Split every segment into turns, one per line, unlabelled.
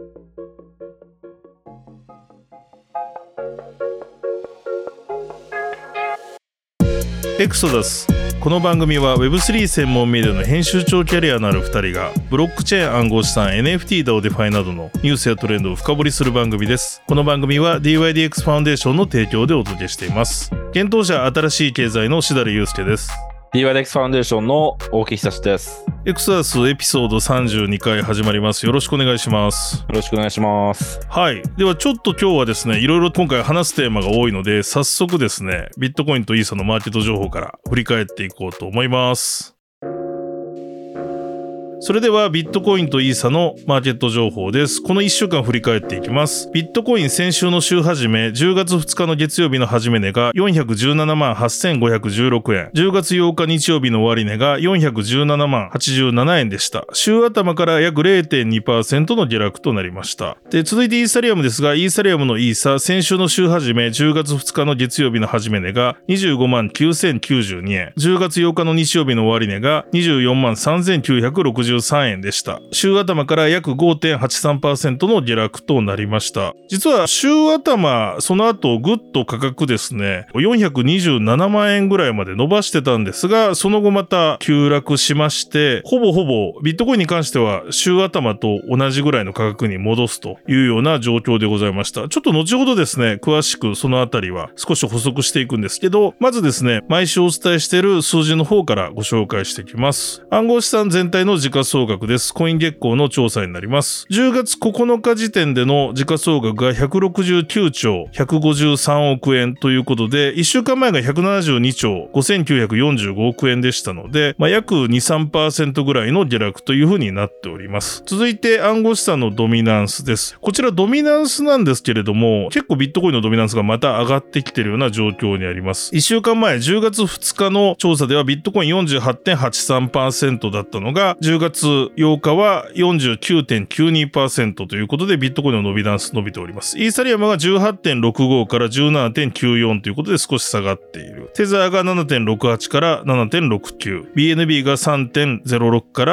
エクソダス。この番組は Web3 専門メディアの編集長キャリアのある2人がブロックチェーン暗号資産 NFT DAO デファイなどのニュースやトレンドを深掘りする番組です。この番組は DYDX ファウンデーションの提供でお届けしています。検討者新しい経済のしだれゆうすけです。
DYDX ファウンデーションの大木久志です。
エクソダスエピソード32回始まります。よろしくお願いします。
よろしくお願いします。
はい。ではちょっと今日はですね、いろいろ今回話すテーマが多いので、早速ですね、ビットコインとイーサのマーケット情報から振り返っていこうと思います。それではビットコインとイーサのマーケット情報です。この1週間振り返っていきます。ビットコイン先週の週始め、10月2日の月曜日の始め値が417万8516円、10月8日日曜日の終値が417万87円でした。週頭から約 0.2% の下落となりました。で、続いてイーサリアムですが、イーサリアムのイーサ、先週の週始め、10月2日の月曜日の始め値が25万9092円、10月8日の日曜日の終値が24万3963円でした。週頭から約 5.83% の下落となりました。実は週頭、その後ぐっと価格ですね、427万円ぐらいまで伸ばしてたんですが、その後また急落しまして、ほぼビットコインに関しては週頭と同じぐらいの価格に戻すというような状況でございました。ちょっと後ほどですね、詳しくそのあたりは少し補足していくんですけど、まずですね、毎週お伝えしている数字の方からご紹介していきます。暗号資産全体の時価総額です。コイン月光の調査になります。10月9日時点での時価総額が169兆153億円ということで、1週間前が172兆5945億円でしたので、約 2-3% ぐらいの下落というふうになっております。続いて暗号資産のドミナンスです。こちらドミナンスなんですけれども、結構ビットコインのドミナンスがまた上がってきているような状況にあります。1週間前10月2日の調査ではビットコイン 48.83% だったのが、10月8日は 49.92% ということでビットコインの伸びダンス伸びております。イーサリアムが 18.65 から 17.94 ということで少し下がっている。テザーが 7.68 から 7.69、BNB が 3.06 から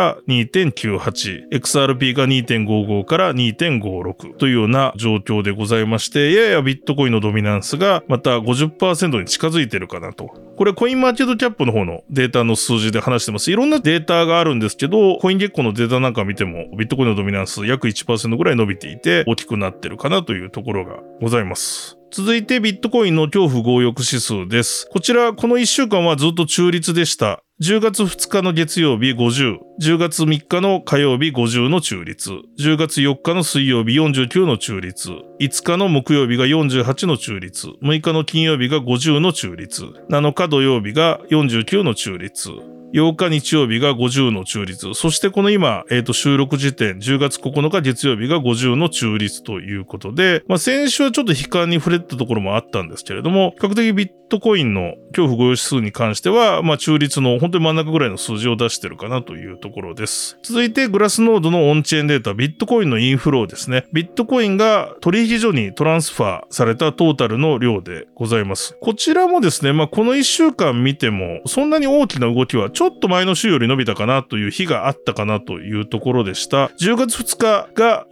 2.98、XRP が 2.55 から 2.56 というような状況でございまして、ややビットコインのドミナンスがまた 50% に近づいているかなと。これコインマーケットキャップの方のデータの数字で話してます。いろんなデータがあるんですけど、コイン月光のデータなんか見てもビットコインのドミナンス約 1% ぐらい伸びていて大きくなってるかなというところがございます。続いてビットコインの恐怖強欲指数です。こちらこの1週間はずっと中立でした。10月2日の月曜日50、10月3日の火曜日50の中立、10月4日の水曜日49の中立、5日の木曜日が48の中立、6日の金曜日が50の中立、7日土曜日が49の中立、8日日曜日が50の中立、そしてこの今、収録時点10月9日月曜日が50の中立ということで、先週はちょっと悲観に触れたところもあったんですけれども、比較的ビットコインの恐怖強欲指数に関しては、中立の本当に真ん中ぐらいの数字を出してるかなというところです。続いてグラスノードのオンチェーンデータ、ビットコインのインフローですね。ビットコインが取引所にトランスファーされたトータルの量でございます。こちらもですね、この1週間見てもそんなに大きな動きはちょっと前の週より伸びたかなという日があったかなというところでした。10月2日が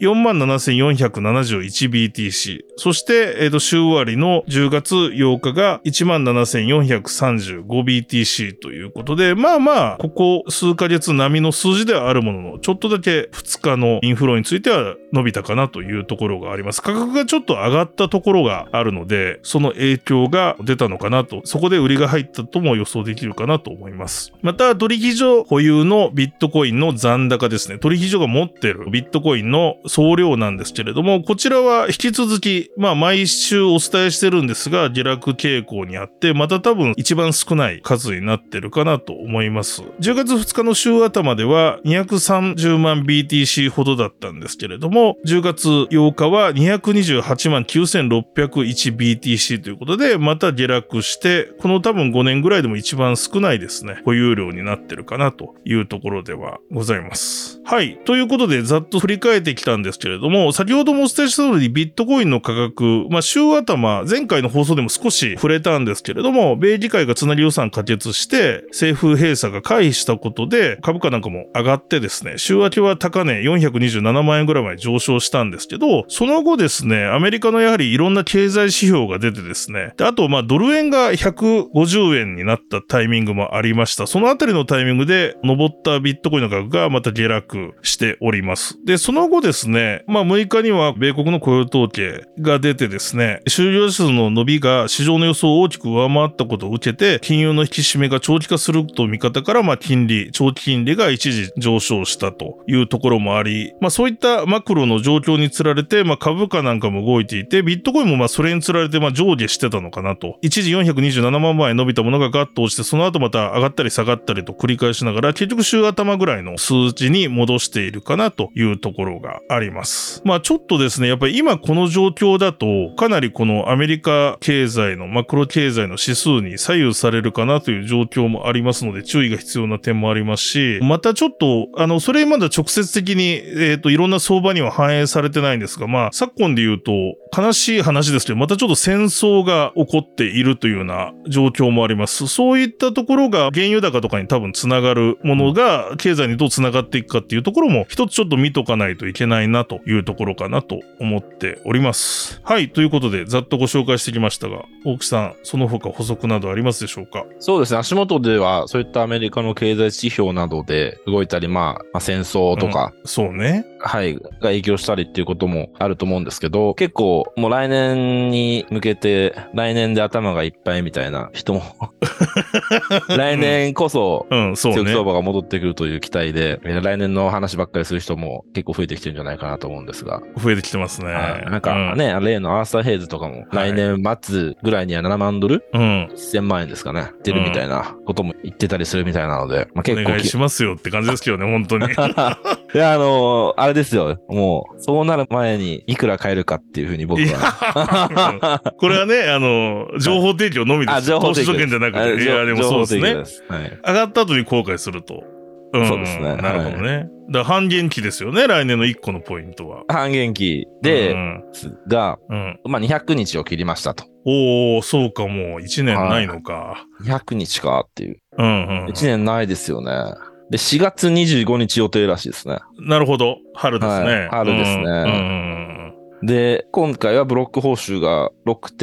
47,471BTC、 そして、週終わりの10月8日が 17,435BTC ということで、ここ数ヶ月並みの数字ではあるものの、ちょっとだけ2日のインフロについては伸びたかなというところがあります。価格がちょっと上がったところがあるので、その影響が出たのかなと、そこで売りが入ったとも予想できるかなと思います。また、取引所保有のビットコインの残高ですね。取引所が持っているビットコインの総量なんですけれども、こちらは引き続き、毎週お伝えしてるんですが、下落傾向にあって、また多分一番少ない数になってるかなと思います。10月2日の週頭では230万 BTC ほどだったんですけれども、10月8日は228万 9601BTC ということで、また下落して、この多分5年ぐらいでも一番少ないですね、保有量になってるかなというところではございます。はい。ということで、ざっと振り返ってきたんですけれども、先ほどもお伝えした通りビットコインの価格、週頭、前回の放送でも少し触れたんですけれども、米議会がつなぎ予算可決して、政府閉鎖が回避したことで、株価なんかも上がってですね、週明けは高値427万円ぐらいまで上昇したんですけど、その後ですね、アメリカのやはりいろんな経済指標が出てですね、であと、ドル円が150円になったタイミングもありました。そのあたりのタイミングで、上ったビットコインの価格がまた下落しております。で、その後ですね、6日には米国の雇用統計が出てですね、就業者数の伸びが市場の予想を大きく上回ったことを受けて、金融の引き締めが長期化すると見方から、長期金利が一時上昇したというところもあり、そういったマクロの状況につられて、株価なんかも動いていて、ビットコインもそれにつられて上下してたのかなと。一時427万枚伸びたものがガッと落ちて、その後また上がったり下がったりと繰り返しながら、結局週頭ぐらいの数値に戻しているかなというところがあります。ちょっとですね、やっぱり今この状況だと、かなりこのアメリカ経済のマクロ経済の指数に左右されるかなという状況もありますので、注意が必要な点もありますし、またちょっと、それまだ直接的に、いろんな相場には反映されてないんですが、昨今で言うと、悲しい話ですけど、またちょっと戦争が起こっているというような状況もあります。そういったところが原油高とかに多分つながるものが経済にどうつながっていくかっていうところも一つちょっと見とかないといけないなというところかなと思っております。はい、ということでざっとご紹介してきましたが、大木さん、その他補足などありますでしょうか？
そうですね。足元ではそういったアメリカの経済指標などで動いたり、戦争とか、
そうね。
はい、が影響したりっていうこともあると思うんですけど、結構もう来年に向けて、来年で頭がいっぱいみたいな人も、来年こそ、強気相場が戻ってくるという期待で、来年の話ばっかりする人も結構増えてきてるんじゃないかなと思うんですが。
増えてきてますね。
なんかね、例のアーサー・ヘイズとかも、来年末ぐらいには7万ドル、1000万円ですかね、出るみたいなことも言ってたりするみたいなので、結構。
お願いしますよって感じですけどね、本当に。
いや、あれですよ。もう、そうなる前にいくら買えるかっていうふうに僕は。
これはね、情報提供のみです。
情報提供。
投資所見じゃなくて。いや、でもそうですね。
はい、
上がった後に後悔すると。
そうですね。
なるほどね。だから半減期ですよね、来年の1個のポイントは。
半減期で、200日を切りましたと。
おー、そうか、もう1年ないのか。
200日かっていう。1年ないですよね。で、4月25日予定らしいですね。
なるほど。春ですね。
春ですね。で、今回はブロック報酬が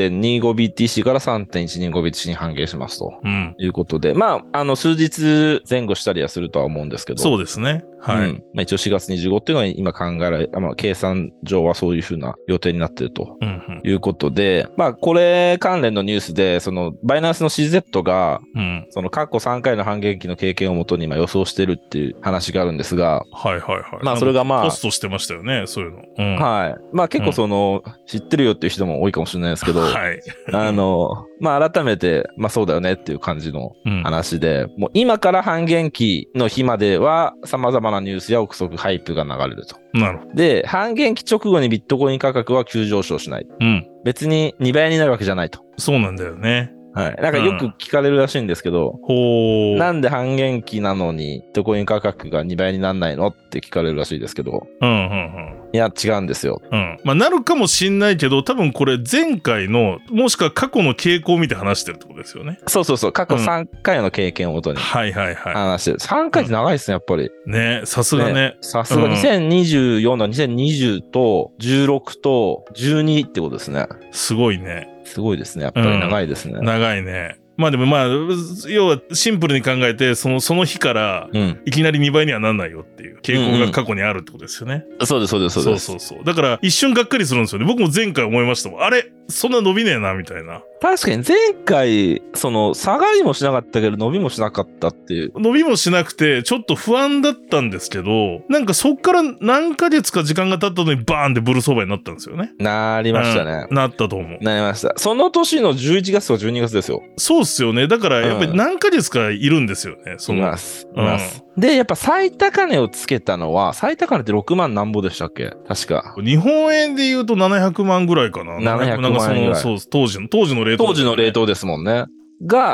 6.25BTC から 3.125BTC に半減しますと。いうことで、数日前後したりはするとは思うんですけど。
そうですね。はい。
一応4月25っていうのは今考えられ、計算上はそういうふうな予定になっているということで、これ関連のニュースで、バイナンスの CZ が、過去3回の半減期の経験をもとに予想してるっていう話があるんですが、
はいはいはい。
それが
ポストしてましたよね、そういうの。
はい。結構知ってるよっていう人も多いかもしれないですけど、はい。改めて、そうだよねっていう感じの話で、もう今から半減期の日までは様々なニュースや憶測、ハイプが流れると。
なるほど。
で、半減期直後にビットコイン価格は急上昇しない。別に2倍になるわけじゃないと。
そうなんだよね。
はい。なんかよく聞かれるらしいんですけど、なんで半減期なのにビットコイン価格が2倍にならないのって聞かれるらしいですけど、いや、違うんですよ。
なるかもしんないけど、多分これ前回の、もしくは過去の傾向を見て話してるってことですよね。
そう。過去3回の経験をもとに話してる。3回って長いですね、やっぱり。
ね、さすがね。
さすが2024の2020と16と12ってことですね。
すごいね。
すごいですね。やっぱり長いですね。
長いね。でも要はシンプルに考えて、その日から、いきなり2倍にはなんないよっていう傾向が過去にあるってことですよね。
そうです。
そう。だから一瞬がっかりするんですよね。僕も前回思いましたもん。あれそんな伸びねえな、みたいな。
確かに前回、下がりもしなかったけど伸びもしなかったっていう。
伸びもしなくて、ちょっと不安だったんですけど、なんかそっから何ヶ月か時間が経ったのにバーンってブル相場になったんですよね。
なりましたね。
なったと思う。
なりました。その年の11月とか12月ですよ。
そうっすよね。だからやっぱり何ヶ月かいるんですよね。
います。で、やっぱ最高値をつけたのは、最高値って6万なんぼでしたっけ？確か。
日本円で言うと700万ぐらいかな。
700万ぐらい。
そう、当時のレート、
当時のレートですもんね。が、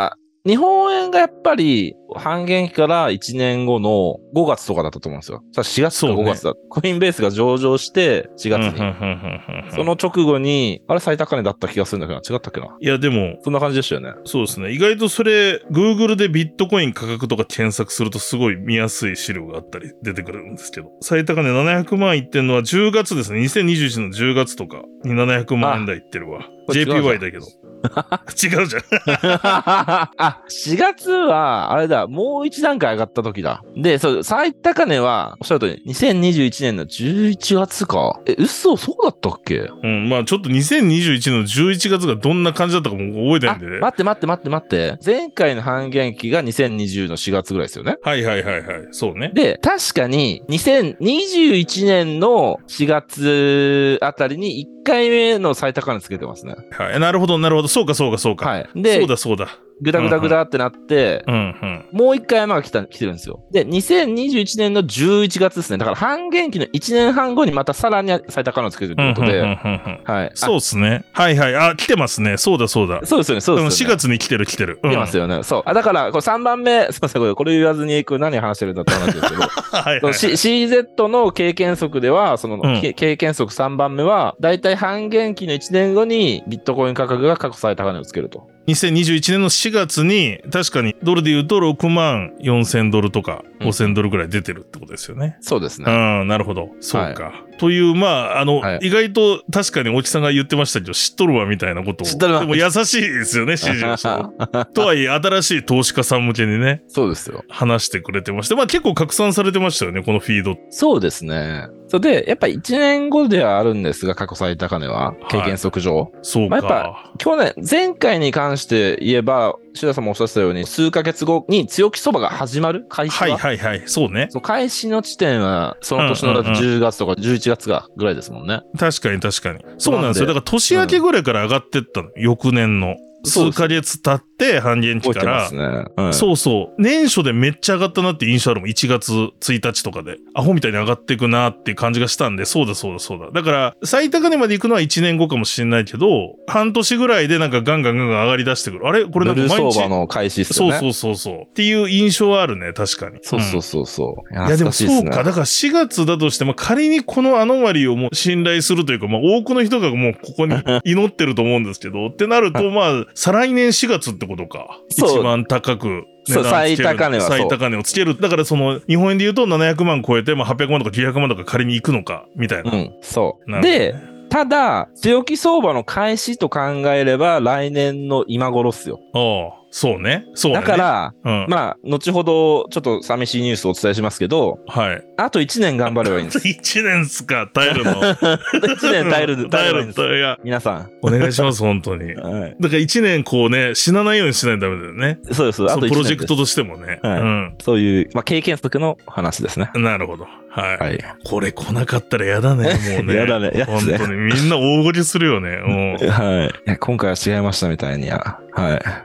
日本円がやっぱり半減期から1年後の5月とかだったと思うんですよ。4月か5月だ。コインベースが上場して4月に。その直後に、あれ最高値だった気がするんだけど、違ったっけな。
いやでも、
そんな感じでしたよね。
そうですね。意外とそれ、Google でビットコイン価格とか検索するとすごい見やすい資料があったり出てくるんですけど、最高値700万いってんのは10月ですね。2021年の10月とかに700万円台いってるわ。JPY だけど。違うじゃん。
あ、4月は、あれだ、もう一段階上がった時だ。で、そう、最高値は、おっしゃる通り、2021年の11月か。嘘、そうだったっけ？
うん、まあちょっと2021年の11月がどんな感じだったかも覚えてないんでね。
待って。前回の半減期が2020の4月ぐらいですよね。
はい。そうね。
で、確かに、2021年の4月あたりに1回目の最高値つけてますね。
はい。なるほど。そうか。
はい。で、
そうだ。
ぐだってなって、もう一回山が来てるんですよ。で、2021年の11月ですね。だから半減期の1年半後にまたさらに最高値をつけるということで。はい。
そうですね。はい。あ、来てますね。そうだ。
そうですよね。
4月に来てる。
来てますよね。そう。だから、これ3番目、すみません、これ言わずに、これ何話してるんだって話ですけど。CZ の経験則では、その、経験則3番目は、だいたい半減期の1年後にビットコイン価格が過去最高値をつけると。
2021年の4月に確かにドルで言うと6万4000ドルとか5000ドルぐらい出てるってことですよね。
そうですね。
なるほど。そうか。という、まあ、意外と確かに大木さんが言ってましたけど、知っとるわみたいなことを。
知っとるわ。
でも優しいですよね、指示をして。とはいえ、新しい投資家さん向けにね。
そうですよ。
話してくれてまして。まあ結構拡散されてましたよね、このフィード。
そうですね。それで、やっぱ1年後ではあるんですが、過去最高値は、経験則上。
そうか。
まあ、やっぱ、去年、前回に関して言えば、志田さんもおっしゃってたように、数ヶ月後に強気相場が始まる開始は。
はい。そうね。
そう、開始の地点は、その年の10月とか11月がぐらいですもんね。
確かに。そうなんですよ。だから年明けぐらいから上がってったの。翌年の。数ヶ月経って半減期から、そう年初でめっちゃ上がったなって印象あるもん。1月1日とかでアホみたいに上がっていくなっていう感じがしたんで、そうだ。だから最高値まで行くのは1年後かもしれないけど、半年ぐらいでなんかガンガン上がり出してくる。あれこれなんか毎日
ドル相場の開始っすよね。
そうっていう印象はあるね、確かに。
そう。
いやでもそうか。だから4月だとしても仮にこのアノマリをもう信頼するというか、まあ多くの人がもうここに祈ってると思うんですけど、ってなるとまあ再来年4月ってことか。一番高く。
最高値は
最高値をつける。だからその、日本円で言うと700万超えて、まあ800万とか900万とか仮に行くのか、みたいな。
そう。で、ただ、強気相場の開始と考えれば、来年の今頃っすよ。
そうね。
だから、まあ、後ほど、ちょっと寂しいニュースをお伝えしますけど、
はい。
あと1年頑張ればいいんです。
1年っすか、耐えるの。
1年耐える
いや、
皆さん。
お願いします、本当に。
はい。
だから1年こうね、死なないようにしないとダメだよね。
そうです。あと1年。
プロジェクトとしてもね。
そういう、まあ、経験則の話ですね。
なるほど。はい。これ来なかったらやだね、もうね。
やだね。
本当にみんな大声するよね。
はい。今回は違いましたみたいに。はい。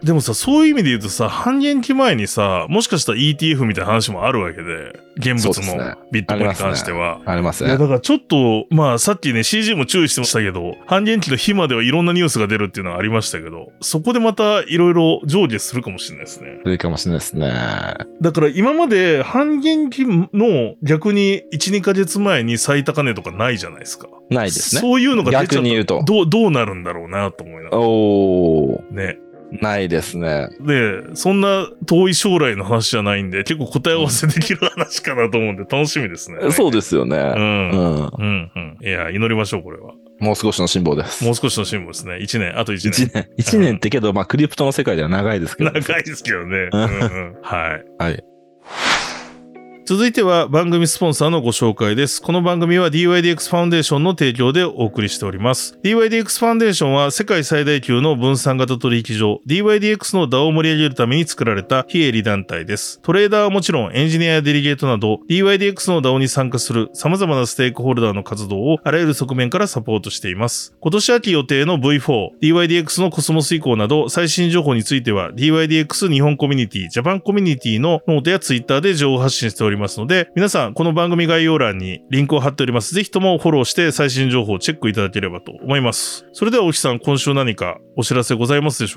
でもさ、そういう意味で言うとさ、半減期前にさ、もしかしたら ETF みたいな話もあるわけで、現物のビットコインに関しては。
ありますね。
いや、だからちょっと、まあさっきね、CG も注意してましたけど、半減期の日まではいろんなニュースが出るっていうのはありましたけど、そこでまたいろいろ上下するかもしれないですね。
するかもしれないですね。
だから今まで半減期の逆に1、2ヶ月前に最高値とかないじゃないですか。
ないですね。
そういうのが出ちゃった
逆に言うと。
どうなるんだろうなと思いながら。ね。
ないですね。
で、そんな遠い将来の話じゃないんで、結構答え合わせできる話かなと思うんで楽しみですね。
そうですよね。
いや、祈りましょう、これは。
もう少しの辛抱です。
もう少しの辛抱ですね。あと1年。
1年ってけど、まあ、クリプトの世界では長いですけど。
長いですけどね。はい。
はい。
続いては番組スポンサーのご紹介です。この番組は DYDX ファウンデーションの提供でお送りしております。DYDX ファウンデーションは世界最大級の分散型取引所 DYDX の DAO を盛り上げるために作られた非営利団体です。トレーダーはもちろんエンジニアやデリゲートなど DYDX の DAO に参加する様々なステークホルダーの活動をあらゆる側面からサポートしています。今年秋予定の V4、DYDX のコスモス以降など最新情報については DYDX 日本コミュニティ、ジャパンコミュニティのノートやツイッターで情報発信しておりますので、皆さんこの番組概要欄にリンクを貼っております。ぜひともフォローして最新情報をチェックいただければと思います。それでは大木さん、今週何かお知らせございますでしょうか？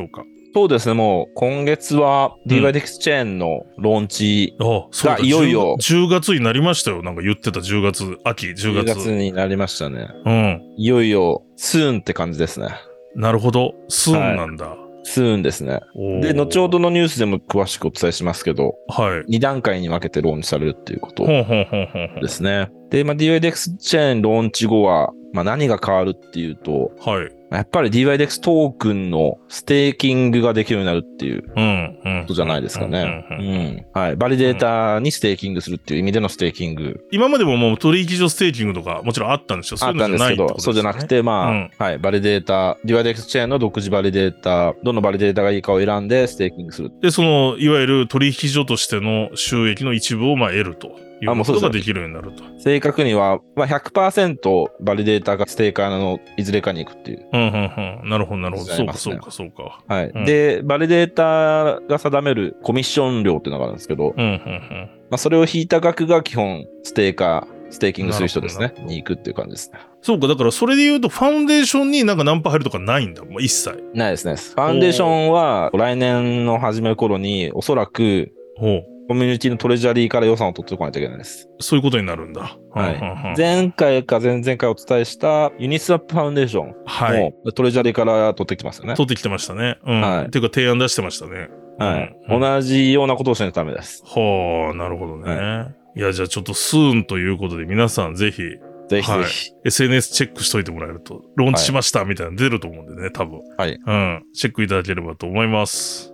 そうですね、もう今月は DYDX チェーンのローンチがいよいよ、
10月になりましたよ。なんか言ってた10月、秋10月。
10月になりましたね。いよいよ、スーンって感じですね。
なるほど。スーンなんだ。
スーンですね。で、後ほどのニュースでも詳しくお伝えしますけど、2段階に分けてローンチされるっていうことですね。で、DYDX チェーンローンチ後は、何が変わるっていうと、やっぱり DYDX トークンのステーキングができるようになるっていうことじゃないですかね。バリデータにステーキングするっていう意味でのステーキング。
今までももう取引所ステーキングとかもちろんあったんですよ。
あったんですけど、そうじゃなくて、バリデータ、DYDX チェーンの独自バリデータ、どのバリデータがいいかを選んでステーキングする。
で、いわゆる取引所としての収益の一部を得ると。いうことができるようになると。
正確には、100% バリデータがステーカーのいずれかに行くっていう。
なるほど、なるほど。そうか。
で、バリデータが定めるコミッション料っていうのがあるんですけど、それを引いた額が基本ステーキングする人ですね。に行くっていう感じですね。
そうか、だからそれで言うと、ファウンデーションになんかナンパ入るとかないんだ。もう一切。
ないですね。ファウンデーションは来年の始める頃に、おそらく、コミュニティのトレジャリーから予算を取っておかないといけないです。
そういうことになるんだ。
前回か前々回お伝えしたユニスワップファウンデーションもトレジャリーから取ってきてますよね。
取ってきてましたね。っていうか提案出してましたね。
同じようなことをしないとダメです。
なるほどね。いや、じゃあちょっとスーンということで皆さんぜひ。SNS チェックしといてもらえると、ローンチしましたみたいなの出ると思うんでね、多分。チェックいただければと思います。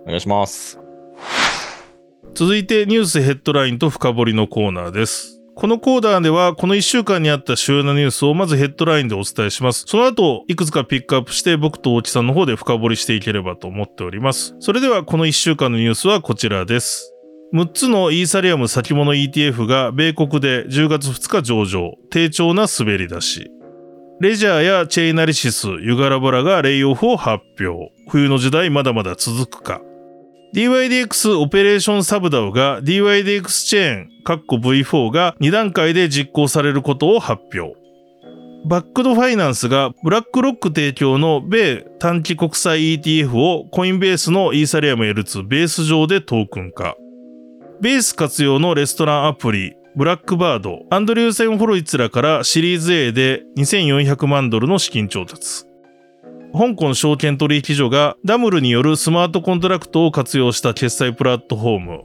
お願いします。
続いてニュースヘッドラインと深掘りのコーナーです。このコーナーではこの1週間にあった主要なニュースをまずヘッドラインでお伝えします。その後いくつかピックアップして僕と大木さんの方で深掘りしていければと思っております。それではこの1週間のニュースはこちらです。6つのイーサリアム先物 ETF が米国で10月2日上場、低調な滑り出し。レジャーやチェイナリシス、ユガラボラがレイオフを発表。冬の時代まだまだ続くか。DYDX オペレーションサブダウが DYDX チェーン(V4) が2段階で実行されることを発表。バックドファイナンスがブラックロック提供の米短期国債 ETF をコインベースのイーサリアム L2 ベース上でトークン化。ベース活用のレストランアプリブラックバード、アンドリューセン・ホロイツらからシリーズ A で$2400万の資金調達。香港証券取引所がダムルによるスマートコントラクトを活用した決済プラットフォーム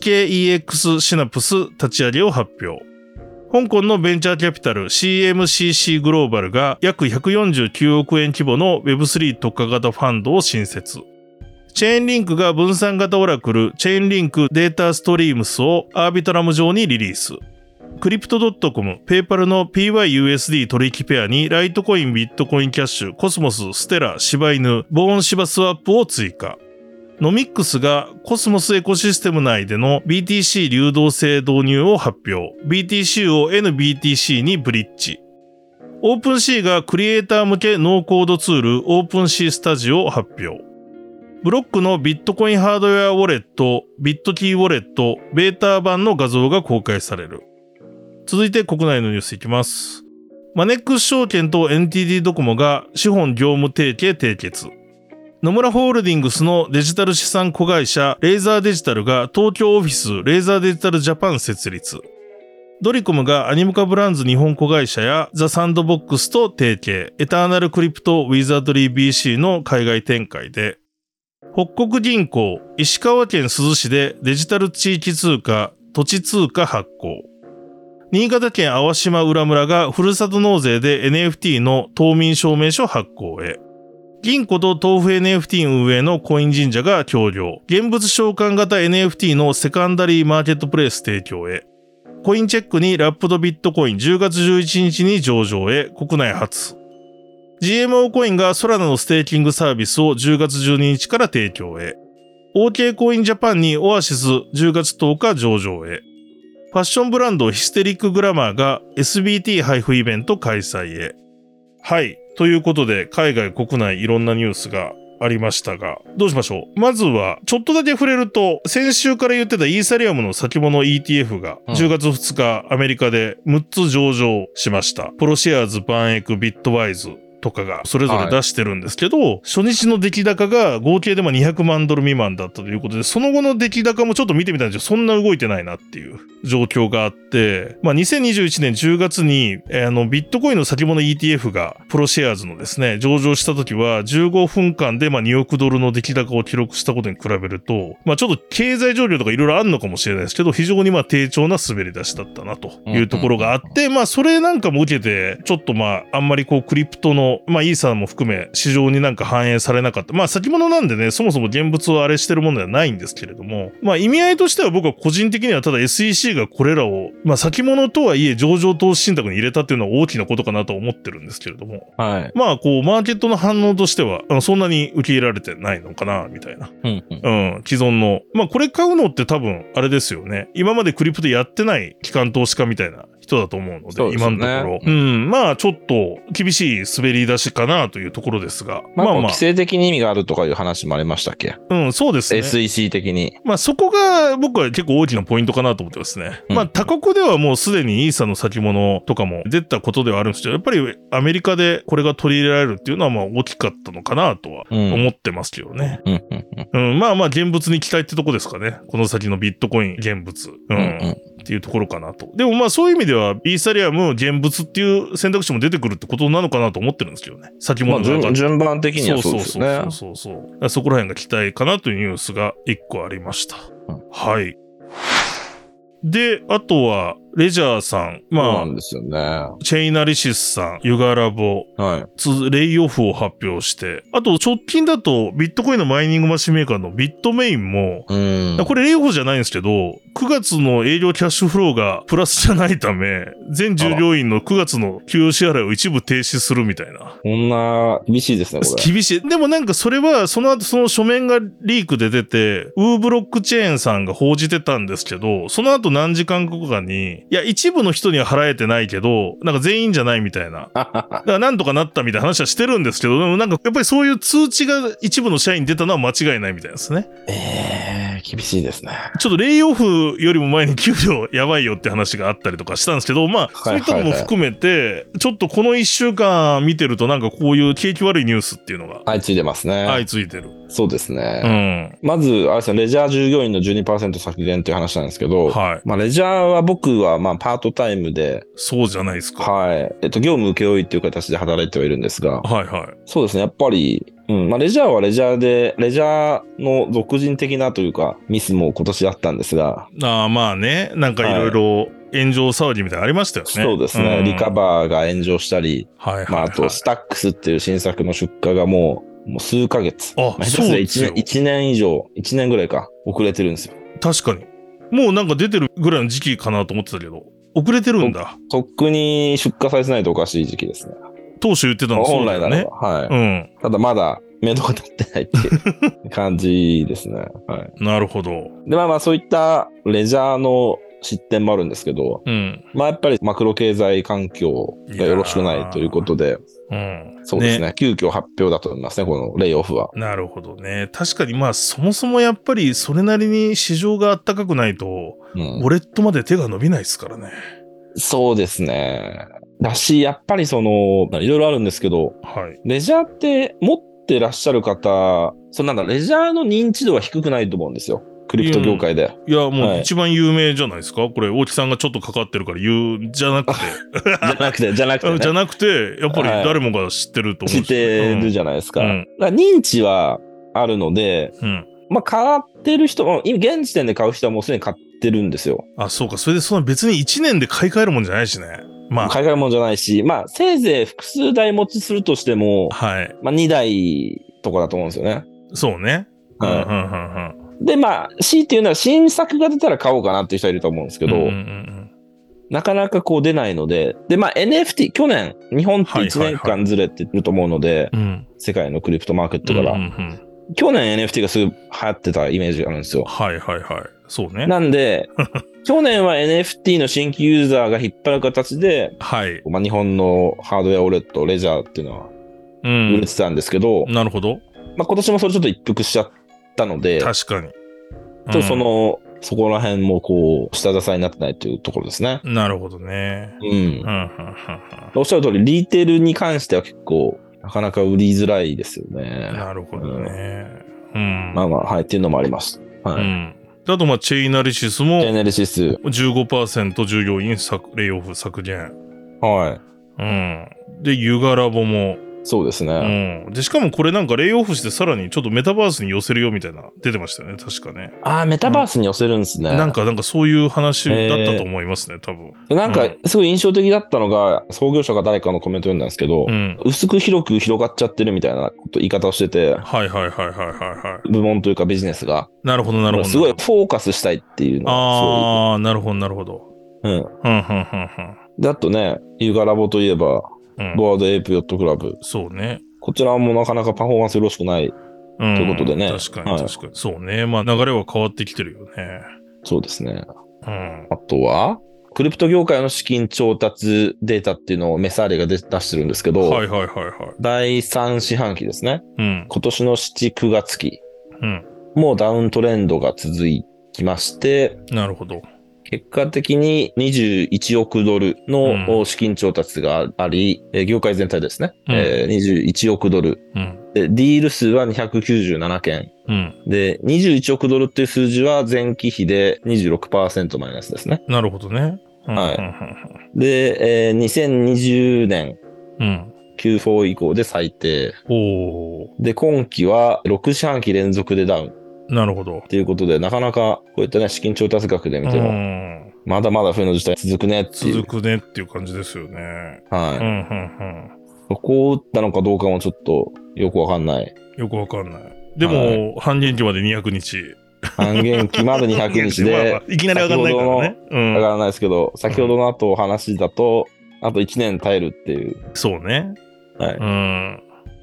HKEX シナプス立ち上げを発表。香港のベンチャーキャピタル CMCC グローバルが約149億円規模の Web3 特化型ファンドを新設。チェーンリンクが分散型オラクルチェーンリンクデータストリームスをアービトラム上にリリース。クリプト .com、ペーパルの PYUSD 取引ペアにライトコイン、ビットコインキャッシュ、コスモス、ステラ、柴犬、ボーンシバスワップを追加。ノミックスがコスモスエコシステム内での BTC 流動性導入を発表。BTC を NBTC にブリッジ。オープンシーがクリエイター向けノーコードツールオープンシースタジオを発表。ブロックのビットコインハードウェアウォレット、ビットキーウォレット、ベータ版の画像が公開される。続いて国内のニュースいきます。マネックス証券と NTT ドコモが資本業務提携締結。野村ホールディングスのデジタル資産子会社レーザーデジタルが東京オフィスレーザーデジタルジャパン設立。ドリコムがアニムカブランズ日本子会社やザ・サンドボックスと提携。エターナルクリプトウィザードリー BC の海外展開で。北国銀行石川県珠洲市でデジタル地域通貨土地通貨発行。新潟県粟島浦村がふるさと納税で NFT の島民証明書発行へ。銀行と豆腐 NFT 運営のコイン神社が協業。現物召喚型 NFT のセカンダリーマーケットプレイス提供へ。コインチェックにラップドビットコイン10月11日に上場へ国内初。GMO コインがソラナのステーキングサービスを10月12日から提供へ。OK コインジャパンにオアシス10月10日上場へ。ファッションブランドヒステリックグラマーが SBT 配布イベント開催へ。はい。ということで、海外国内いろんなニュースがありましたが、どうしましょう。まずは、ちょっとだけ触れると、先週から言ってたイーサリアムの先物 ETF が10月2日アメリカで6つ上場しました。プロシェアーズ、バンエク、ビットワイズ、 とかがそれぞれ出してるんですけど、初日の出来高が合計で200万ドル未満だったということで、その後の出来高もちょっと見てみたんですけど、そんな動いてないなっていう状況があって、2021年10月に、ビットコインの先物 ETF がプロシェアーズのですね、上場した時は15分間で2億ドルの出来高を記録したことに比べると、ちょっと経済状況とかいろいろあるのかもしれないですけど、非常に低調な滑り出しだったなというところがあって、それなんかも受けて、ちょっとあんまりクリプトの、イーサも含め市場になんか反映されなかった。先物なんでね、そもそも現物をあれしてるものではないんですけれども、意味合いとしては僕は個人的にはただ SEC がこれらを、先物とはいえ上場投資信託に入れたっていうのは大きなことかなと思ってるんですけれども、
はい。
マーケットの反応としては、そんなに受け入れられてないのかな、みたいな。既存の。これ買うのって多分、あれですよね。今までクリプトやってない機関投資家みたいな人だと思うので、今のところ。ちょっと厳しい滑り出しかなというところですが。
規制的に意味があるとかいう話もありましたっけ？
そうですね。
SEC 的に。
そこが僕は結構大きなポイントかなと思ってますね。他国ではもうすでにイーサの先物とかも出たことではあるんですけど、やっぱりアメリカでこれが取り入れられるっていうのは大きかったのかなとは思ってますけどね。現物に期待ってとこですかね。この先のビットコイン現物。っていうところかなと。でもそういう意味では、イーサリアム現物っていう選択肢も出てくるってことなのかなと思ってるんですけどね。先物が
順番的にはそうですね。
そこら辺が期待かなというニュースが1個ありました。はい。で、あとは、レジャーさん。
そうなんですよね。
チェイナリシスさん、ユガラボ、レイオフを発表して、あと直近だとビットコインのマイニングマシンメーカーのビットメインも、これレイオフじゃないんですけど、9月の営業キャッシュフローがプラスじゃないため、全従業員の9月の給与支払いを一部停止するみたいな。
こんな厳しいですね、これ。
厳しい。でもなんかそれは、その後その書面がリークで出て、ウーブロックチェーンさんが報じてたんですけど、その後何時間後かに、いや、一部の人には払えてないけど、なんか全員じゃないみたいな。だからなんとかなったみたいな話はしてるんですけど、でもなんかやっぱりそういう通知が一部の社員に出たのは間違いないみたいですね。
厳しいですね。
ちょっとレイオフよりも前に給料やばいよって話があったりとかしたんですけど、そういったのも含めて、ちょっとこの1週間見てるとなんかこういう景気悪いニュースっていうのが。
相次いでますね。
相次いでる。
そうですね。まず、あれですね、レジャー従業員の 12% 削減っていう話なんですけど、レジャーは僕はパートタイムで。
そうじゃないですか。
業務請負っていう形で働いてはいるんですが、そうですね、やっぱり、レジャーはレジャーで、レジャーの俗人的なというか、ミスも今年あったんですが。
なんかいろいろ炎上騒ぎみたいなのありましたよね。
そうですね。リカバーが炎上したり、あと、スタックスっていう新作の出荷がもう数ヶ月。
そうですよ。
1年以上、1年ぐらいか、遅れてるんですよ。
確かに。もうなんか出てるぐらいの時期かなと思ってたけど、遅れてるんだ。
とっくに出荷されてないとおかしい時期ですね。
当初言ってたのそうだよね。
本来ならば。ただまだ、目処が立ってないっていう感じですね。
なるほど。
で、そういったレジャーの失点もあるんですけど、やっぱりマクロ経済環境がよろしくないということで、そうですね。急遽発表だと思いますね、このレイオフは。
なるほどね。確かにそもそもやっぱりそれなりに市場が暖かくないと、ウォレットまで手が伸びないですからね。
そうですね。だし、やっぱりいろいろあるんですけど、レジャーって持ってらっしゃる方、レジャーの認知度は低くないと思うんですよ。クリプト業界で。
いや、もう一番有名じゃないですか、これ、大木さんがちょっとかかってるから言うんじゃなくて。
じゃなくて、やっぱり誰もが知ってると思う。 知ってるじゃないですか。認知はあるので、買ってる人も、現時点で買う人はもうすでに買ってるんですよ。
そうか。それで別に1年で買い替えるもんじゃないしね。
買い替えるもんじゃないし、せいぜい複数台持ちするとしても、2台とかだと思うんですよね。
そうね。
で、強いて言うのは新作が出たら買おうかなっていう人はいると思うんですけど、なかなか出ないので、で、NFT、去年、日本って1年間ずれてると思うので、世界のクリプトマーケットから、去年 NFT がすごい流行ってたイメージがあるんですよ。
そうね。
なんで、去年は NFT の新規ユーザーが引っ張る形で、日本のハードウェアウォレット、レジャーっていうのは、売れてたんですけど、
なるほど。
今年もそれちょっと一服しちゃったので、
確かに。
そこら辺も下支えになってないというところですね。
なるほどね。
おっしゃる通り、リーテールに関しては結構、 なかなか売りづらいですよね。
なるほどね。
まあまあ、はい、っていうのもあります。はい。
あと、チェイナリシスも、
チェイナリシス。
15% 従業員レイオフ削減。
はい。
で、ユガラボも、
そうですね。
で、しかもこれなんかレイオフしてさらにちょっとメタバースに寄せるよみたいな出てましたよね、確かね。
メタバースに寄せるんですね。
なんかそういう話だったと思いますね、多分。
なんか、すごい印象的だったのが、創業者が誰かのコメント読んだんですけど、薄く広く広がっちゃってるみたいな言い方をしてて、
はい。
部門というかビジネスが。
なるほど。
すごいフォーカスしたいっていうの
は。なるほど。
で、あとね、ユガラボといえば、ボワードエイプヨットクラブ。
そうね。
こちらもなかなかパフォーマンスよろしくないということでね。
確かに。そうね。まあ流れは変わってきてるよね。
そうですね。あとは、クリプト業界の資金調達データっていうのをメサーレが出してるんですけど、第3四半期ですね。今年の7、9月期。もうダウントレンドが続きまして、
なるほど。
結果的に21億ドルの資金調達があり、業界全体ですね。21億ドル。で、ディール数は297件。で、21億ドルっていう数字は前期比で 26% マイナスですね。
なるほどね。
はい。で、2020年。Q4 以降で最低。で、今期は6四半期連続でダウン。
なるほど。
ということで、なかなかこういったね、資金調達額で見ても、まだまだ冬の事態続くねっていう。
続くねっていう感じですよね。
はい。そこを打ったのかどうかもちょっとよくわかんない。
でも、半減期まで200日。
半減期まで200日で、
いきなり上がらないからね。
上がらないですけど、先ほどの後話だと、あと1年耐えるっていう。
そうね。
はい。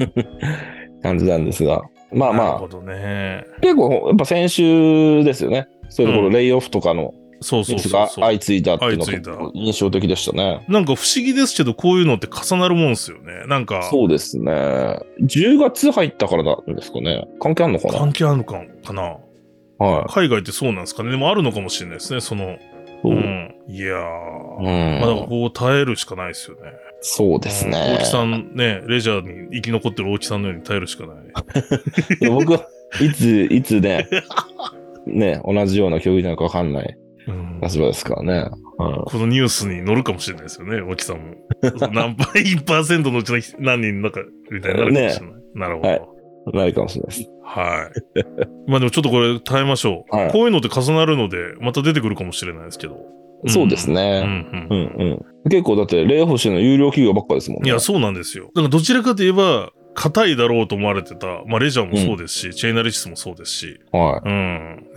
感じなんですが。まあまあ。
なるほどね。
結構、やっぱ先週ですよね。そういうところ、レイオフとかのニュースが相次いだっていうのが印象的でしたね。
なんか不思議ですけど、こういうのって重なるもんですよね。なんか。
そうですね。10月入ったからなんですかね。関係あるのかな？
関係あるのかな。
はい。
海外ってそうなんですかね。でもあるのかもしれないですね。いやー。まあだからこう耐えるしかないですよね。
そうですね。
大木さんね、レジャーに生き残ってる大木さんのように耐えるしかない。
僕はいつね、同じような境遇なのかわかんない立場ですからね。
このニュースに乗るかもしれないですよね、大木さんも。何%のうちの何人の中みたいになるかもしれない。なるほど。
はい。なるかもしれないです。
はい。まあでもちょっとこれ耐えましょう。こういうのって重なるので、また出てくるかもしれないですけど。
そうですね。結構だってレイオフしてるの有料企業ばっかですもんね。
いや、そうなんですよ。だからどちらかといえば、硬いだろうと思われてた、まあレジャーもそうですし、チェイナリシスもそうですし。
はい。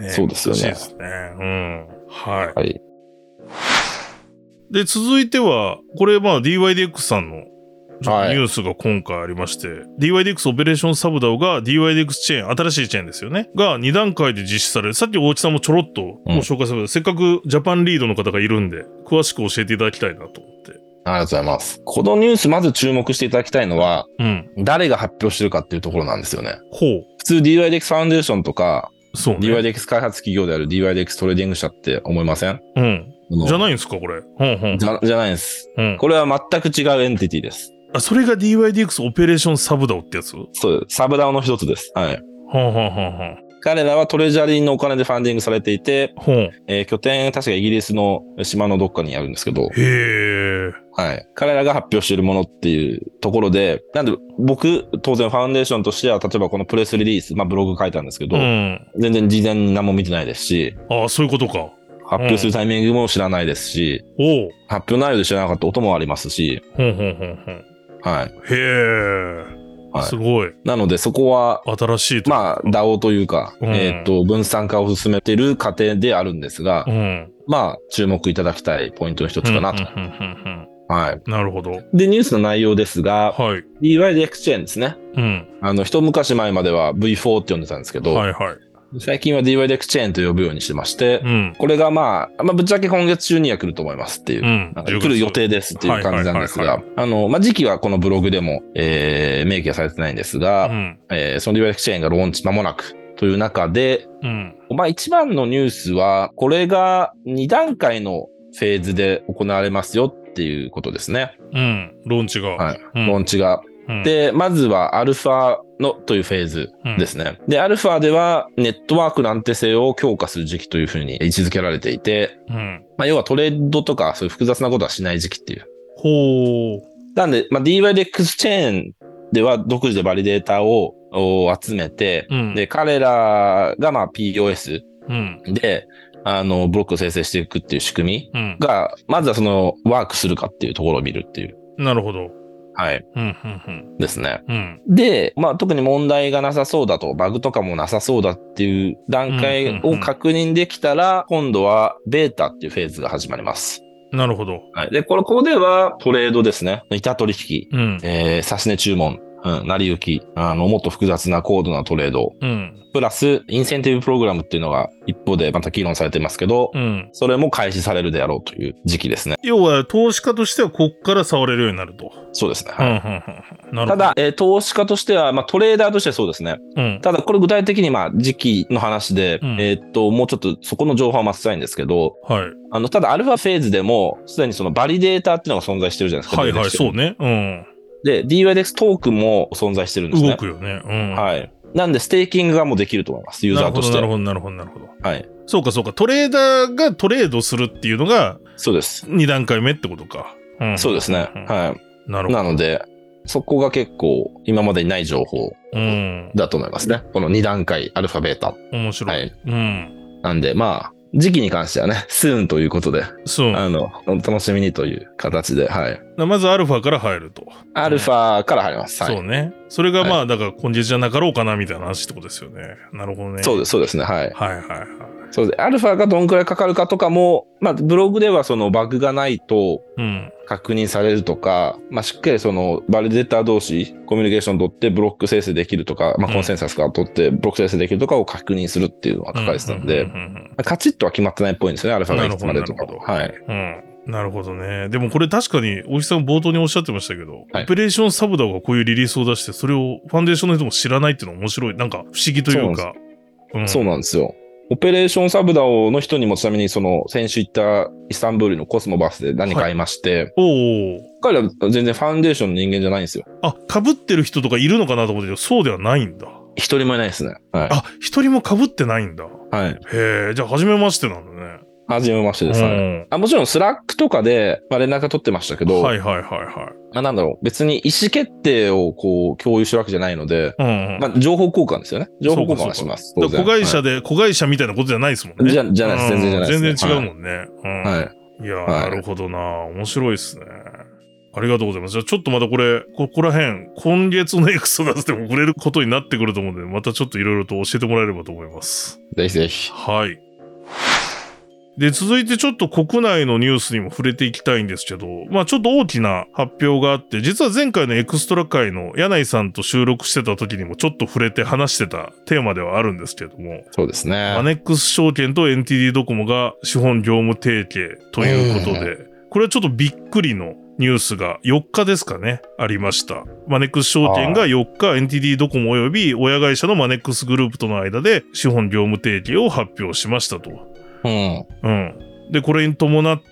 そうですよね。
難しいですね。はい。で、続いては、これまあ DYDX さんのニュースが今回ありまして、DYDX オペレーションサブダオが DYDX チェーン、新しいチェーンですよね。が2段階で実施される。さっき大地さんもちょろっとご紹介された、せっかくジャパンリードの方がいるんで、詳しく教えていただきたいなと思って。
ありがとうございます。このニュースまず注目していただきたいのは、誰が発表してるかっていうところなんですよね。普通 DYDX ファウンデーションとか、DYDX 開発企業である DYDX トレーディング社って思いません？
じゃないんですかこれ。
じゃないんです。これは全く違うエンティティです。
あ、それが DYDX オペレーションサブダオってやつ？
そうです。サブダオの一つです。はい。彼らはトレジャリーのお金でファンディングされていて、拠点、確かイギリスの島のどっかにあるんですけど、はい。彼らが発表しているものっていうところで、なんで僕、当然ファウンデーションとしては、例えばこのプレスリリース、まあブログ書いたんですけど、全然事前に何も見てないですし、
ああ、そういうことか。
発表するタイミングも知らないですし、発表内容で知らなかった音もありますし、はい。すごい。 なのでそこは、
新しいと
まあ、DAO というか、分散化を進めている過程であるんですが、まあ、注目いただきたいポイントの一つかなと。はい。
なるほど。
で、ニュースの内容ですが、DYDX チェーンですね。一昔前までは V4 って呼んでたんですけど、最近は DYDX チェーンと呼ぶようにしてまして、これがまあ、ぶっちゃけ今月中には来ると思いますっていう、来る予定ですっていう感じなんですが、まあ時期はこのブログでも、明記はされてないんですが、その DYDX チェーンがローンチ間もなくという中で、まあ一番のニュースは、これが2段階のフェーズで行われますよっていうことですね。
ローンチが。
はい。ローンチが。 で、まずはアルファのというフェーズですね。で、アルファではネットワークの安定性を強化する時期というふうに位置づけられていて、要はトレードとかそういう複雑なことはしない時期っていう。
ほう。
なんで、DYDX チェーンでは独自でバリデータを集めて、で、彼らがPOS で、ブロックを生成していくっていう仕組みが、まずはそのワークするかっていうところを見るっていう。
なるほど。
はい。ですね。で、特に問題がなさそうだと、バグとかもなさそうだっていう段階を確認できたら、今度はベータっていうフェーズが始まります。
なるほど。
はい。で、ここではトレードですね。板取引、指値注文、成り行き、もっと複雑な高度なトレード、プラス、インセンティブプログラムっていうのが一方でまた議論されてますけど、それも開始されるであろうという時期ですね。
要は、投資家としてはこっから触れるようになると。
そうですね。ただ、投資家としては、トレーダーとしてはそうですね。ただ、これ具体的に時期の話で、もうちょっとそこの情報は待ちたいんですけど、ただ、アルファフェーズでも、すでにそのバリデータっていうのが存在してるじゃないですか。
そうね。
で、DYDX トークンも存在してるんですね。
動くよね。
はい。なんで、ステーキングがもうできると思います。ユーザーとして。
なるほど。
はい。
そうか。トレーダーがトレードするっていうのが、
そうです。
2段階目ってことか。
そうですね。はい。なるほど。なので、そこが結構今までにない情報だと思いますね。この2段階、アルファ、ベータ。
面白い。
はい。なんで、時期に関してはね、スーンということで、楽しみにという形で、はい。
まずアルファから入ると。
アルファから入ります。
そうね。それがだから今日じゃなかろうかなみたいな話ってことですよね。なるほどね。
そうですね。はい。
はい。
そうで、アルファがどんくらいかかるかとかも、ブログではそのバグがないと確認されるとか、しっかりそのバリデータ同士コミュニケーション取ってブロック生成できるとか、コンセンサスから取ってブロック生成できるとかを確認するっていうのが書かれてたんで、カチッとは決まってないっぽいんですよね、アルファがいつまでとか。はい。
なるほどね。でもこれ確かに、大木さん冒頭におっしゃってましたけど、オペレーションサブダがこういうリリースを出して、それをファンデーションの人も知らないっていうのは面白い。なんか不思議というか。
そうなんですよ。オペレーションサブダオの人にもちなみに先週行ったイスタンブールのコスモバスで何か会いまして、彼ら全然ファンデーションの人間じゃないんですよ。
被ってる人とかいるのかなと思ってけど、そうではないんだ。
一人もいないですね。はい。
一人も被ってないんだ。
はい。
へえ、じゃあ初めましてなんだね。
初めましてですね。もちろんスラックとかで、連絡取ってましたけど、なんだろう、別に意思決定を共有してるわけじゃないので、情報交換ですよね。情報交換はします。
子会社みたいなことじゃないですもんね。
じゃないです。全然じゃないです。
全然違うもんね。はい。いや、なるほどな。面白いですね。ありがとうございます。じゃあちょっとまたここら辺、今月のエクソダスでも触れることになってくると思うので、またちょっといろいろと教えてもらえればと思います。
ぜひぜひ。
はい。で、続いてちょっと国内のニュースにも触れていきたいんですけど、ちょっと大きな発表があって、実は前回のエクストラ会の柳井さんと収録してた時にもちょっと触れて話してたテーマではあるんですけども。
そうですね。
マネックス証券と NTT ドコモが資本業務提携ということで、これはちょっとびっくりのニュースが4日ですかね、ありました。マネックス証券が4日 NTT ドコモ及び親会社のマネックスグループとの間で資本業務提携を発表しましたと。で、これに伴って、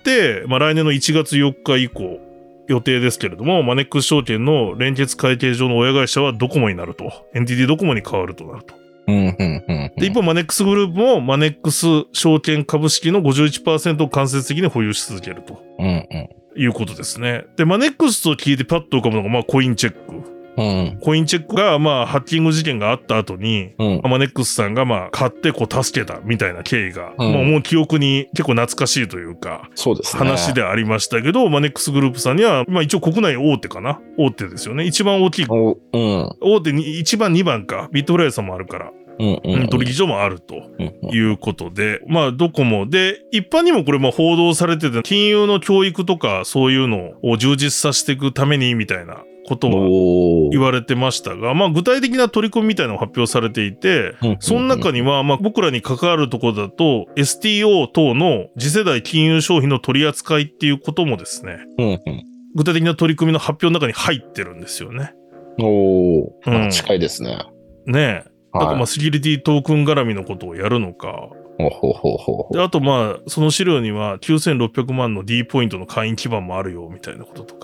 来年の1月4日以降予定ですけれども、マネックス証券の連結会計上の親会社はドコモになると。NTT ドコモに変わるとなると。で、一方、マネックスグループもマネックス証券株式の 51% を間接的に保有し続けると。いうことですね。で、マネックスと聞いてパッと浮かぶのが、コインチェック。コインチェックが、ハッキング事件があった後に、マネックスさんが、買って助けたみたいな経緯が、もう記憶に結構懐かしいというか、
そうですね。
話でありましたけど、マネックスグループさんには、一応国内大手かな、大手ですよね。一番大きい。大手に1番2番か、ビットフライヤーさんもあるから。取引所もあるということで、ドコモで、一般にもこれ報道されてて、金融の教育とかそういうのを充実させていくためにみたいなことは言われてましたが、具体的な取り組みみたいなのが発表されていて、その中には、僕らに関わるところだと、STO 等の次世代金融商品の取り扱いっていうこともですね、具体的な取り組みの発表の中に入ってるんですよね。
近いですね。
ねえ。だからセキュリティトークン絡みのことをやるのか。で、あとその資料には9600万の D ポイントの会員基盤もあるよみたいなこととか、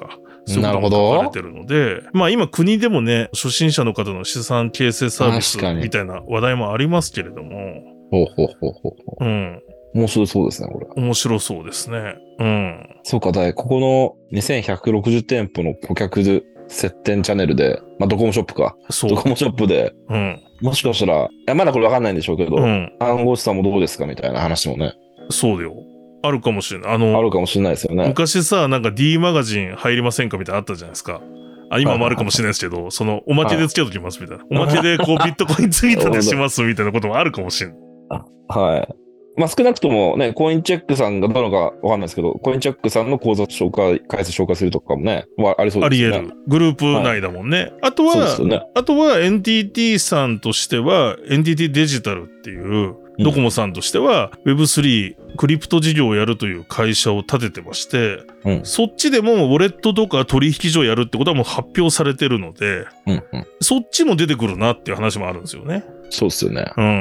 そういうことが書かれてるので、まあ今国でもね、初心者の方の資産形成サービスみたいな話題もありますけれども。
ほうほうほうほう。うん。面白そうですね、これ。
面白そうですね。うん。
そうか、ここの2160店舗の顧客接点チャンネルで、まあドコモショップか。ドコモショップで、うん。もしかしたら、まだこれわかんないんでしょうけど、うん。暗号資産もどうですかみたいな話もね。
そうだよ。あるかもしれない。
あるかもしれないですよね。
昔さ、なんか D マガジン入りませんかみたいなのあったじゃないですか。今もあるかもしれないですけど、その、おまけでつけときますみたいな。おまけでこうビットコインツイートでしますみたいなこともあるかもしれない。
はい。まあ少なくともね、コインチェックさんがどうのかわかんないですけど、コインチェックさんの口座回数紹介するとかもね、ありそうですね。
あり得る。グループ内だもんね。はい、あとは、NTT さんとしては、NTT デジタルっていう、ドコモさんとしては Web3 クリプト事業をやるという会社を立ててまして、うん、そっちでもウォレットとか取引所をやるってことはもう発表されてるので、うんうん、そっちも出てくるなっていう話もあるんですよね。
そうですよね。
うん。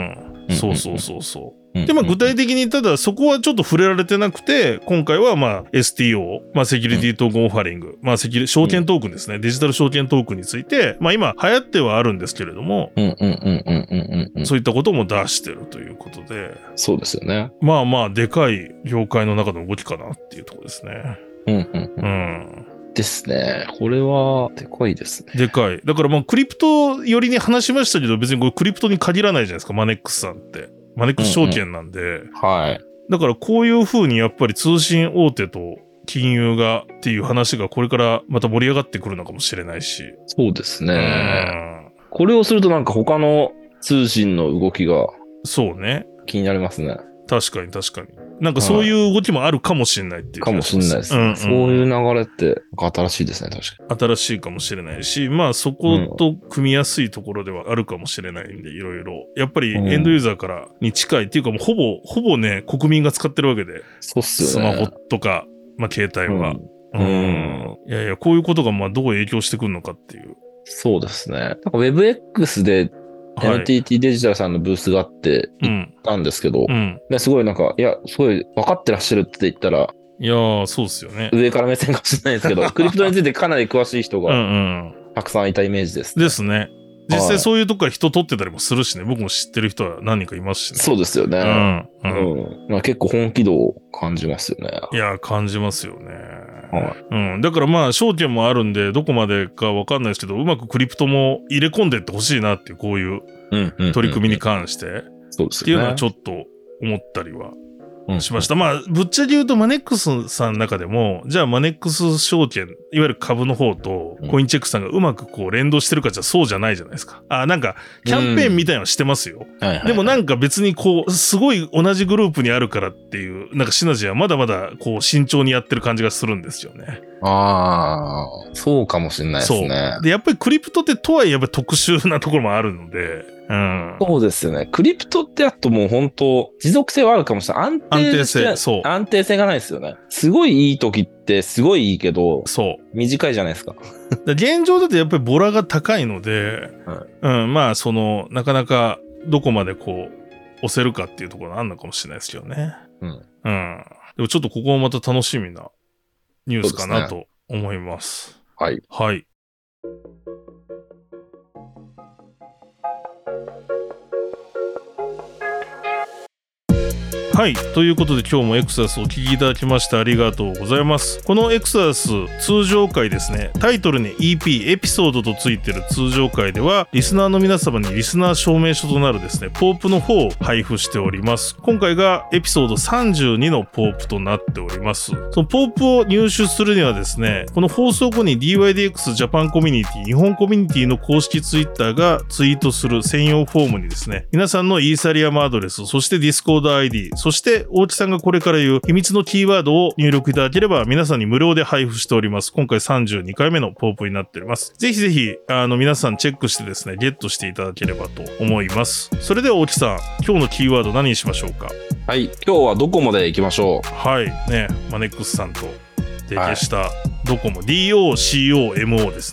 そうそうそうそう。で、まあ具体的にただそこはちょっと触れられてなくて、今回はまあ STO、まあセキュリティトークンオファリング、まあ証券トークンですね。デジタル証券トークンについて、まあ今流行ってはあるんですけれども、そういったことも出してるということで。
そうですよね。
まあまあでかい業界の中の動きかなっていうところですね。
ですね。これは、でかいですね。
でかい。だからもうクリプト寄りに話しましたけど、別にこれクリプトに限らないじゃないですか、マネックスさんって。マネックス証券なんで。
はい。
だからこういう風にやっぱり通信大手と金融がっていう話がこれからまた盛り上がってくるのかもしれないし。
そうですね。これをするとなんか他の通信の動きが。
そうね。
気になりますね。
確かに確かに。なんかそういう動きもあるかもしれないっていう、
かもしれないですね。そういう流れって新しいですね、確か
に。新しいかもしれないし、まあそこと組みやすいところではあるかもしれないんで、いろいろ。やっぱりエンドユーザーからに近いっていうかもうほぼね、国民が使ってるわけで。
そうっすよ
ね。スマホとか、まあ携帯は。いやいや、こういうことがまあどう影響してくるのかっていう。
そうですね。なんか WebX で、NTT デジタルさんのブースがあって行ったんですけど、すごいなんか、いや、すごい分かってらっしゃるって言ったら、
いやー、そうですよね。
上から目線かもしれないですけど、クリプトについてかなり詳しい人がたくさんいたイメージです
ね。ですね。実際そういうとこから人取ってたりもするしね、僕も知ってる人は何人かいますしね。
そうですよね。まあ、結構本気度を感じますよね。
いや、感じますよね。だからまあ、証券もあるんで、どこまでかわかんないですけど、うまくクリプトも入れ込んでってほしいなっていう、こういう取り組みに関して。そうですね。っていうのはちょっと思ったりはしました。まあ、ぶっちゃけ言うとマネックスさんの中でも、じゃあマネックス証券、いわゆる株の方とコインチェックさんがうまくこう連動してるかじゃそうじゃないじゃないですか。なんか、キャンペーンみたいなのしてますよ。でもなんか別にこう、すごい同じグループにあるからっていう、なんかシナジーはまだまだこう慎重にやってる感じがするんですよね。
そうかもしれないですね。
そう。で、やっぱりクリプトってとはいえやっぱり特殊なところもあるので、
そうですよね。クリプトってあともう本当持続性はあるかもしれない。安定性。そう。安定性がないですよね。すごいいい時ってすごいいいけど、そう。短いじゃないですか。
現状だとやっぱりボラが高いので、まあなかなかどこまでこう、押せるかっていうところあるのかもしれないですけどね。でもちょっとここもまた楽しみなニュースかなと思います。
はい。
はい。はい。ということで今日もエクサスをお聞きいただきましてありがとうございます。このエクサス通常回ですね、タイトルに EP、エピソードとついている通常回では、リスナーの皆様にリスナー証明書となるですね、ポープの方を配布しております。今回がエピソード32のポープとなっております。そのポープを入手するにはですね、この放送後に DYDX ジャパンコミュニティ、日本コミュニティの公式ツイッターがツイートする専用フォームにですね、皆さんのイーサリアムアドレス、そして Discord ID、そして大木さんがこれから言う秘密のキーワードを入力いただければ皆さんに無料で配布しております。今回32回目のポープになっております。ぜひぜひ皆さんチェックしてですねゲットしていただければと思います。それでは大木さん、今日のキーワード何にしましょうか？
はい、今日はドコモでいきましょう。
はいね、マネックスさんと提携したドコモ、DOCOMO ですね。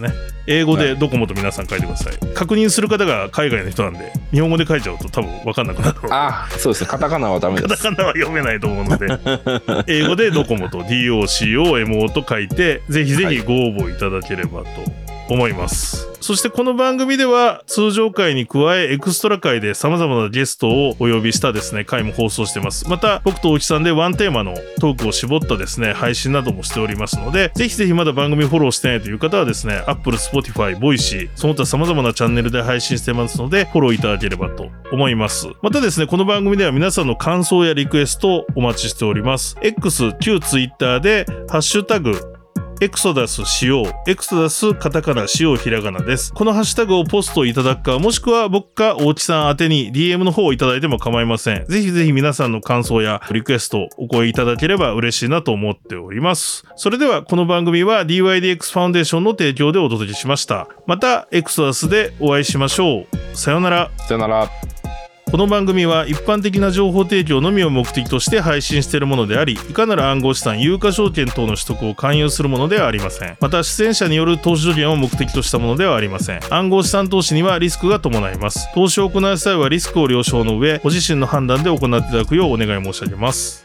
英語でドコモと皆さん書いてください。確認する方が海外の人なんで、日本語で書いちゃうと多分分かんなくなる。
そうですね。カタカナはダメです。
カタカナは読めないと思うので、英語でドコモと DOCOMO と書いて、ぜひぜひご応募いただければと思います。そしてこの番組では通常回に加えエクストラ回で様々なゲストをお呼びしたですね回も放送してます。また僕と大木さんでワンテーマのトークを絞ったですね配信などもしておりますので、ぜひぜひまだ番組フォローしてないという方はですね Apple、Spotify、Voicy その他様々なチャンネルで配信してますのでフォローいただければと思います。またですねこの番組では皆さんの感想やリクエストをお待ちしております。 X 旧 Twitter でハッシュタグエクソダス使用、エクソダスカタカナ使用ひらがなです。このハッシュタグをポストいただくか、もしくは僕か大木さん宛てに DM の方をいただいても構いません。ぜひぜひ皆さんの感想やリクエストお声いただければ嬉しいなと思っております。それではこの番組は DYDX ファウンデーションの提供でお届けしました。またエクソダスでお会いしましょう。さようなら。
さよなら。
この番組は一般的な情報提供のみを目的として配信しているものであり、いかなる暗号資産、有価証券等の取得を勧誘するものではありません。また、出演者による投資助言を目的としたものではありません。暗号資産投資にはリスクが伴います。投資を行う際はリスクを了承の上、ご自身の判断で行っていただくようお願い申し上げます。